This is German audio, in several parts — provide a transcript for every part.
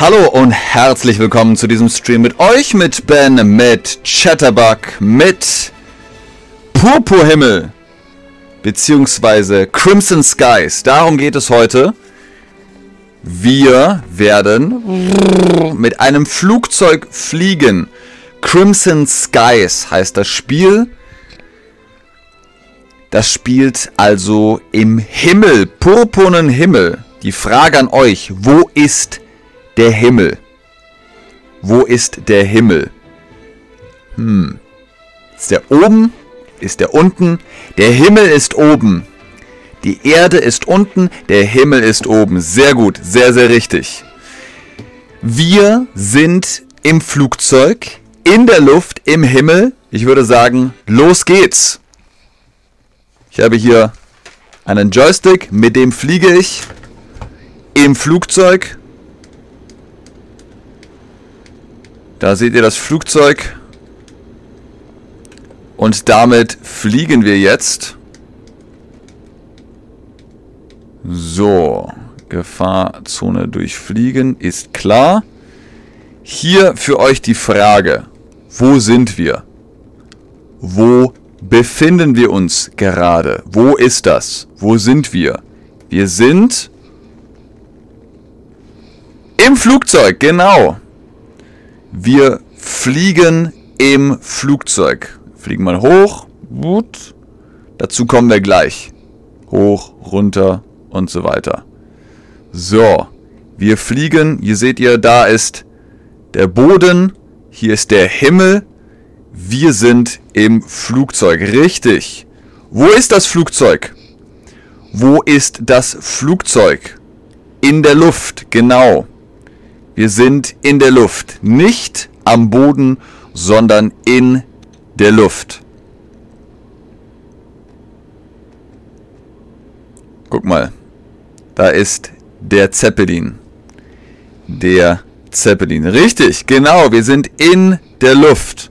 Hallo und herzlich willkommen zu diesem Stream mit euch, mit Ben, mit Chatterbug, mit Purpurhimmel, beziehungsweise Crimson Skies. Darum geht es heute. Wir werden mit einem Flugzeug fliegen. Crimson Skies heißt das Spiel. Das spielt also im Himmel, purpurnen Himmel. Die Frage an euch, wo ist der Himmel? Wo ist der Himmel? Ist der oben? Ist der unten? Der Himmel ist oben. Die Erde ist unten, der Himmel ist oben. Sehr gut, sehr, sehr richtig. Wir sind im Flugzeug, in der Luft, im Himmel. Ich würde sagen, los geht's. Ich habe hier einen Joystick, mit dem fliege ich im Flugzeug. Da seht ihr das Flugzeug. Und damit fliegen wir jetzt. So, Gefahrzone durchfliegen ist klar. Hier für euch die Frage, wo sind wir? Wo befinden wir uns gerade? Wo ist das? Wo sind wir? Wir sind im Flugzeug, genau. Wir fliegen im Flugzeug. Fliegen mal hoch. Gut. Dazu kommen wir gleich. Hoch, runter und so weiter. So. Wir fliegen. Hier seht ihr, da ist der Boden. Hier ist der Himmel. Wir sind im Flugzeug. Richtig. Wo ist das Flugzeug? Wo ist das Flugzeug? In der Luft. Genau. Wir sind in der Luft. Nicht am Boden, sondern in der Luft. Guck mal. Da ist der Zeppelin. Der Zeppelin. Richtig, genau. Wir sind in der Luft.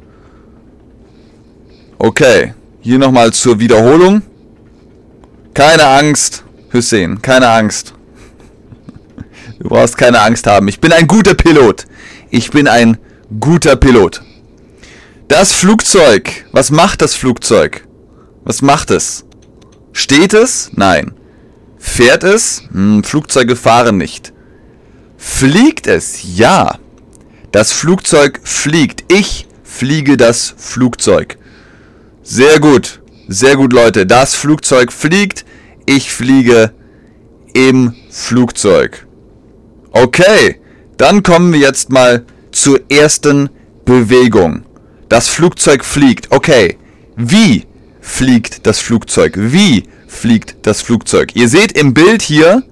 Okay. Hier nochmal zur Wiederholung. Keine Angst, Hussein. Keine Angst. Du brauchst keine Angst haben. Ich bin ein guter Pilot. Ich bin ein guter Pilot. Das Flugzeug. Was macht das Flugzeug? Was macht es? Steht es? Nein. Fährt es? Flugzeuge fahren nicht. Fliegt es? Ja. Das Flugzeug fliegt. Ich fliege das Flugzeug. Sehr gut. Sehr gut, Leute. Das Flugzeug fliegt. Ich fliege im Flugzeug. Okay, dann kommen wir jetzt mal zur ersten Bewegung. Das Flugzeug fliegt. Okay, wie fliegt das Flugzeug? Wie fliegt das Flugzeug? Ihr seht im Bild hier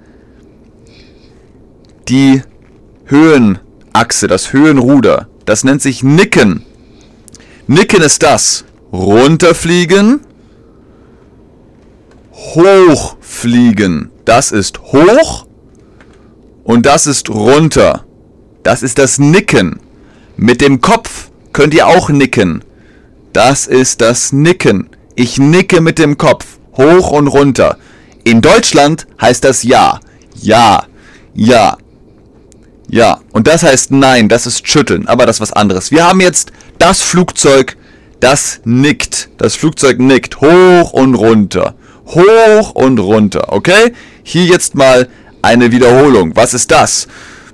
die Höhenachse, das Höhenruder. Das nennt sich Nicken. Nicken ist das. Runterfliegen. Hochfliegen. Das ist hoch. Und das ist runter. Das ist das Nicken. Mit dem Kopf könnt ihr auch nicken. Das ist das Nicken. Ich nicke mit dem Kopf. Hoch und runter. In Deutschland heißt das ja. Ja. Ja. Ja. Und das heißt nein. Das ist schütteln. Aber das ist was anderes. Wir haben jetzt das Flugzeug, das nickt. Das Flugzeug nickt. Hoch und runter. Hoch und runter. Okay? Hier jetzt mal eine Wiederholung. Was ist das?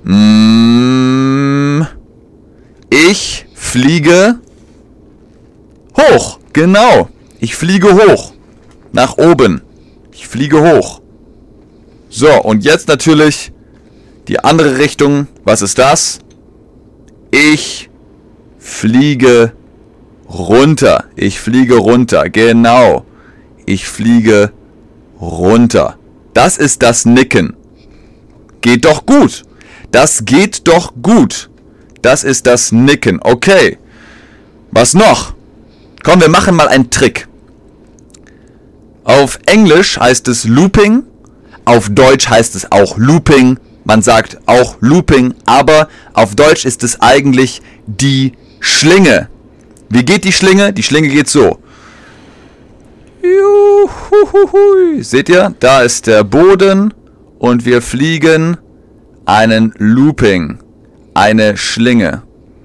Ich fliege hoch. Genau. Ich fliege hoch. Nach oben. Ich fliege hoch. So, und jetzt natürlich die andere Richtung. Was ist das? Ich fliege runter. Ich fliege runter. Genau. Ich fliege runter. Das ist das Nicken. Geht doch gut. Das geht doch gut. Das ist das Nicken. Okay. Was noch? Komm, wir machen mal einen Trick. Auf Englisch heißt es Looping. Auf Deutsch heißt es auch Looping. Man sagt auch Looping. Aber auf Deutsch ist es eigentlich die Schlinge. Wie geht die Schlinge? Die Schlinge geht so. Juhuhuhui. Seht ihr? Da ist der Boden. Und wir fliegen einen Looping. eine Schlinge.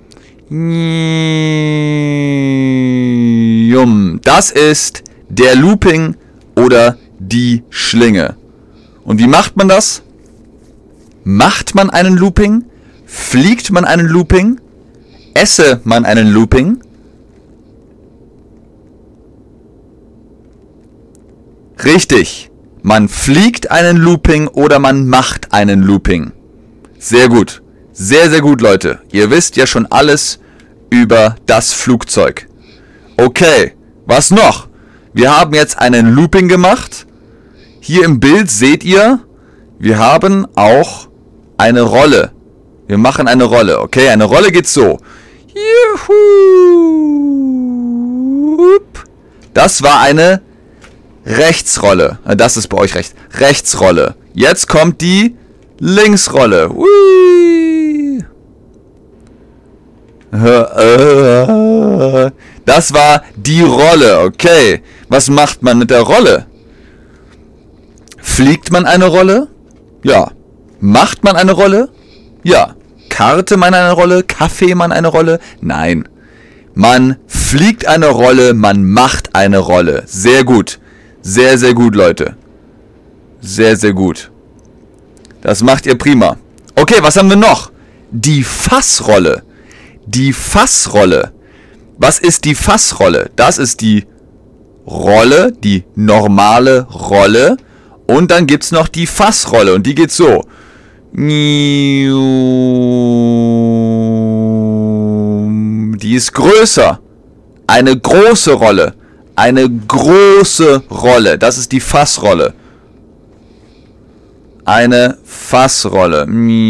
Das ist der Looping oder die Schlinge. Und wie macht man das? Macht man einen Looping? Fliegt man einen Looping? Esse man einen Looping? Richtig. Man fliegt einen Looping oder man macht einen Looping. Sehr gut. Sehr, sehr gut, Leute. Ihr wisst ja schon alles über das Flugzeug. Okay, was noch? Wir haben jetzt einen Looping gemacht. Hier im Bild seht ihr, wir haben auch eine Rolle. Wir machen eine Rolle, okay? Eine Rolle geht so. Juhu. Das war eine Rechtsrolle. Das ist bei euch rechts. Rechtsrolle. Jetzt kommt die Linksrolle. Hui. Das war die Rolle, okay. Was macht man mit der Rolle? Fliegt man eine Rolle? Ja. Macht man eine Rolle? Ja. Karte man eine Rolle? Kaffee man eine Rolle? Nein. Man fliegt eine Rolle, man macht eine Rolle. Sehr gut. Sehr, sehr gut, Leute. Sehr, sehr gut. Das macht ihr prima. Okay, was haben wir noch? Die Fassrolle. Die Fassrolle. Was ist die Fassrolle? Das ist die Rolle, die normale Rolle. Und dann gibt es noch die Fassrolle. Und die geht so. Die ist größer. Eine große Rolle. Eine große Rolle. Das ist die Fassrolle. Eine Fassrolle.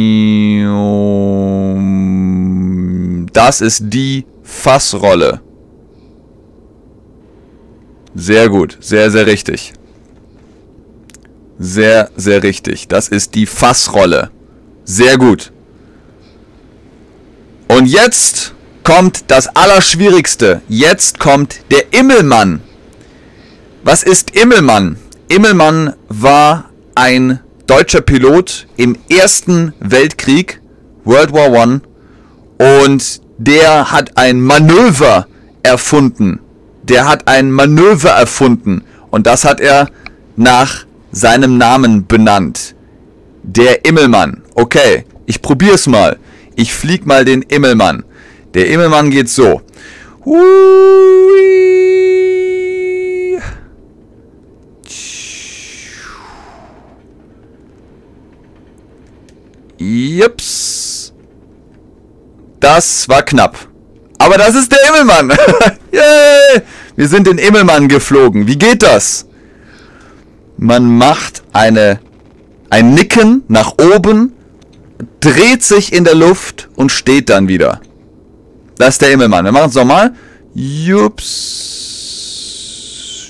Das ist die Fassrolle. Sehr gut. Sehr, sehr richtig. Sehr, sehr richtig. Das ist die Fassrolle. Sehr gut. Und jetzt kommt das Allerschwierigste. Jetzt kommt der Immelmann. Was ist Immelmann? Immelmann war ein deutscher Pilot im Ersten Weltkrieg, World War I, und der hat ein Manöver erfunden. Und das hat er nach seinem Namen benannt. Der Immelmann. Okay, ich probier's mal. Ich flieg mal den Immelmann. Der Immelmann geht so. Hui. Jups. Das war knapp. Aber das ist der Immelmann. Yay. Wir sind den Immelmann geflogen. Wie geht das? Man macht ein Nicken nach oben, dreht sich in der Luft und steht dann wieder. Das ist der Immelmann. Wir machen es nochmal. Jups.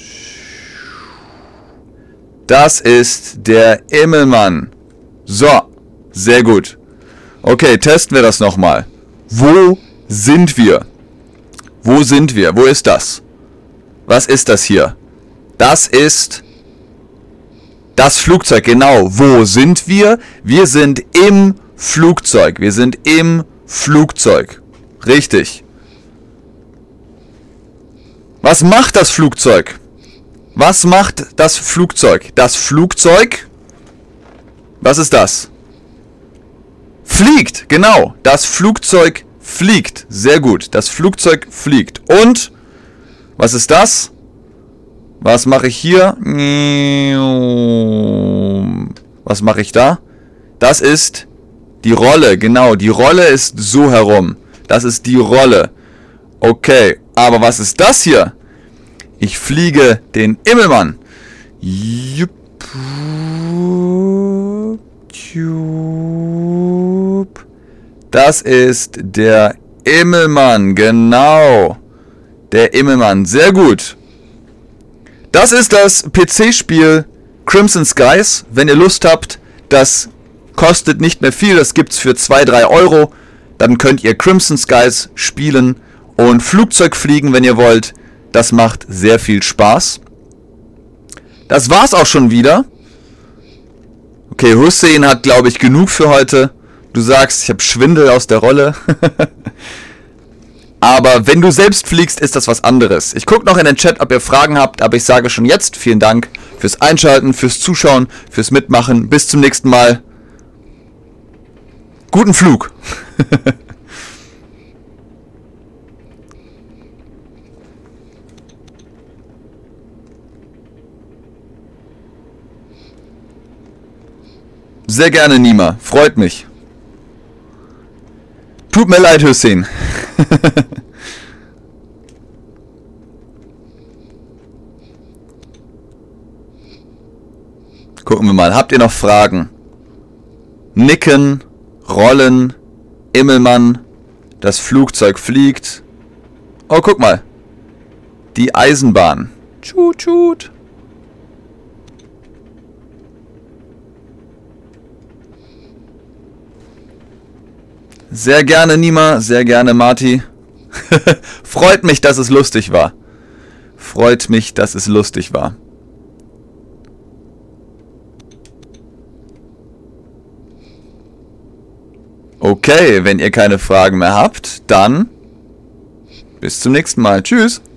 Das ist der Immelmann. So, sehr gut. Okay, testen wir das nochmal. Wo sind wir? Wo sind wir? Wo ist das? Was ist das hier? Das ist das Flugzeug, genau. Wo sind wir? Wir sind im Flugzeug. Wir sind im Flugzeug. Richtig. Was macht das Flugzeug? Was macht das Flugzeug? Das Flugzeug, was ist das? Fliegt, genau. Das Flugzeug fliegt. Sehr gut. Das Flugzeug fliegt. Und, was ist das? Was mache ich hier? Was mache ich da? Das ist die Rolle, genau. Die Rolle ist so herum. Das ist die Rolle. Okay, aber was ist das hier? Ich fliege den Immelmann. Das ist der Immelmann, genau. Der Immelmann, sehr gut. Das ist das PC-Spiel Crimson Skies. Wenn ihr Lust habt, das kostet nicht mehr viel, das gibt's für 2-3 Euro. Dann könnt ihr Crimson Skies spielen und Flugzeug fliegen, wenn ihr wollt. Das macht sehr viel Spaß. Das war's auch schon wieder. Okay, Hussein hat, glaube ich, genug für heute. Du sagst, ich habe Schwindel aus der Rolle. Aber wenn du selbst fliegst, ist das was anderes. Ich gucke noch in den Chat, ob ihr Fragen habt, aber ich sage schon jetzt vielen Dank fürs Einschalten, fürs Zuschauen, fürs Mitmachen. Bis zum nächsten Mal. Guten Flug. Sehr gerne, Nima. Freut mich. Tut mir leid, Hüseyin. Gucken wir mal. Habt ihr noch Fragen? Nicken, rollen, Immelmann, das Flugzeug fliegt. Oh, guck mal. Die Eisenbahn. Tschut, tschut. Sehr gerne, Nima. Sehr gerne, Marti. Freut mich, dass es lustig war. Freut mich, dass es lustig war. Okay, wenn ihr keine Fragen mehr habt, dann bis zum nächsten Mal. Tschüss.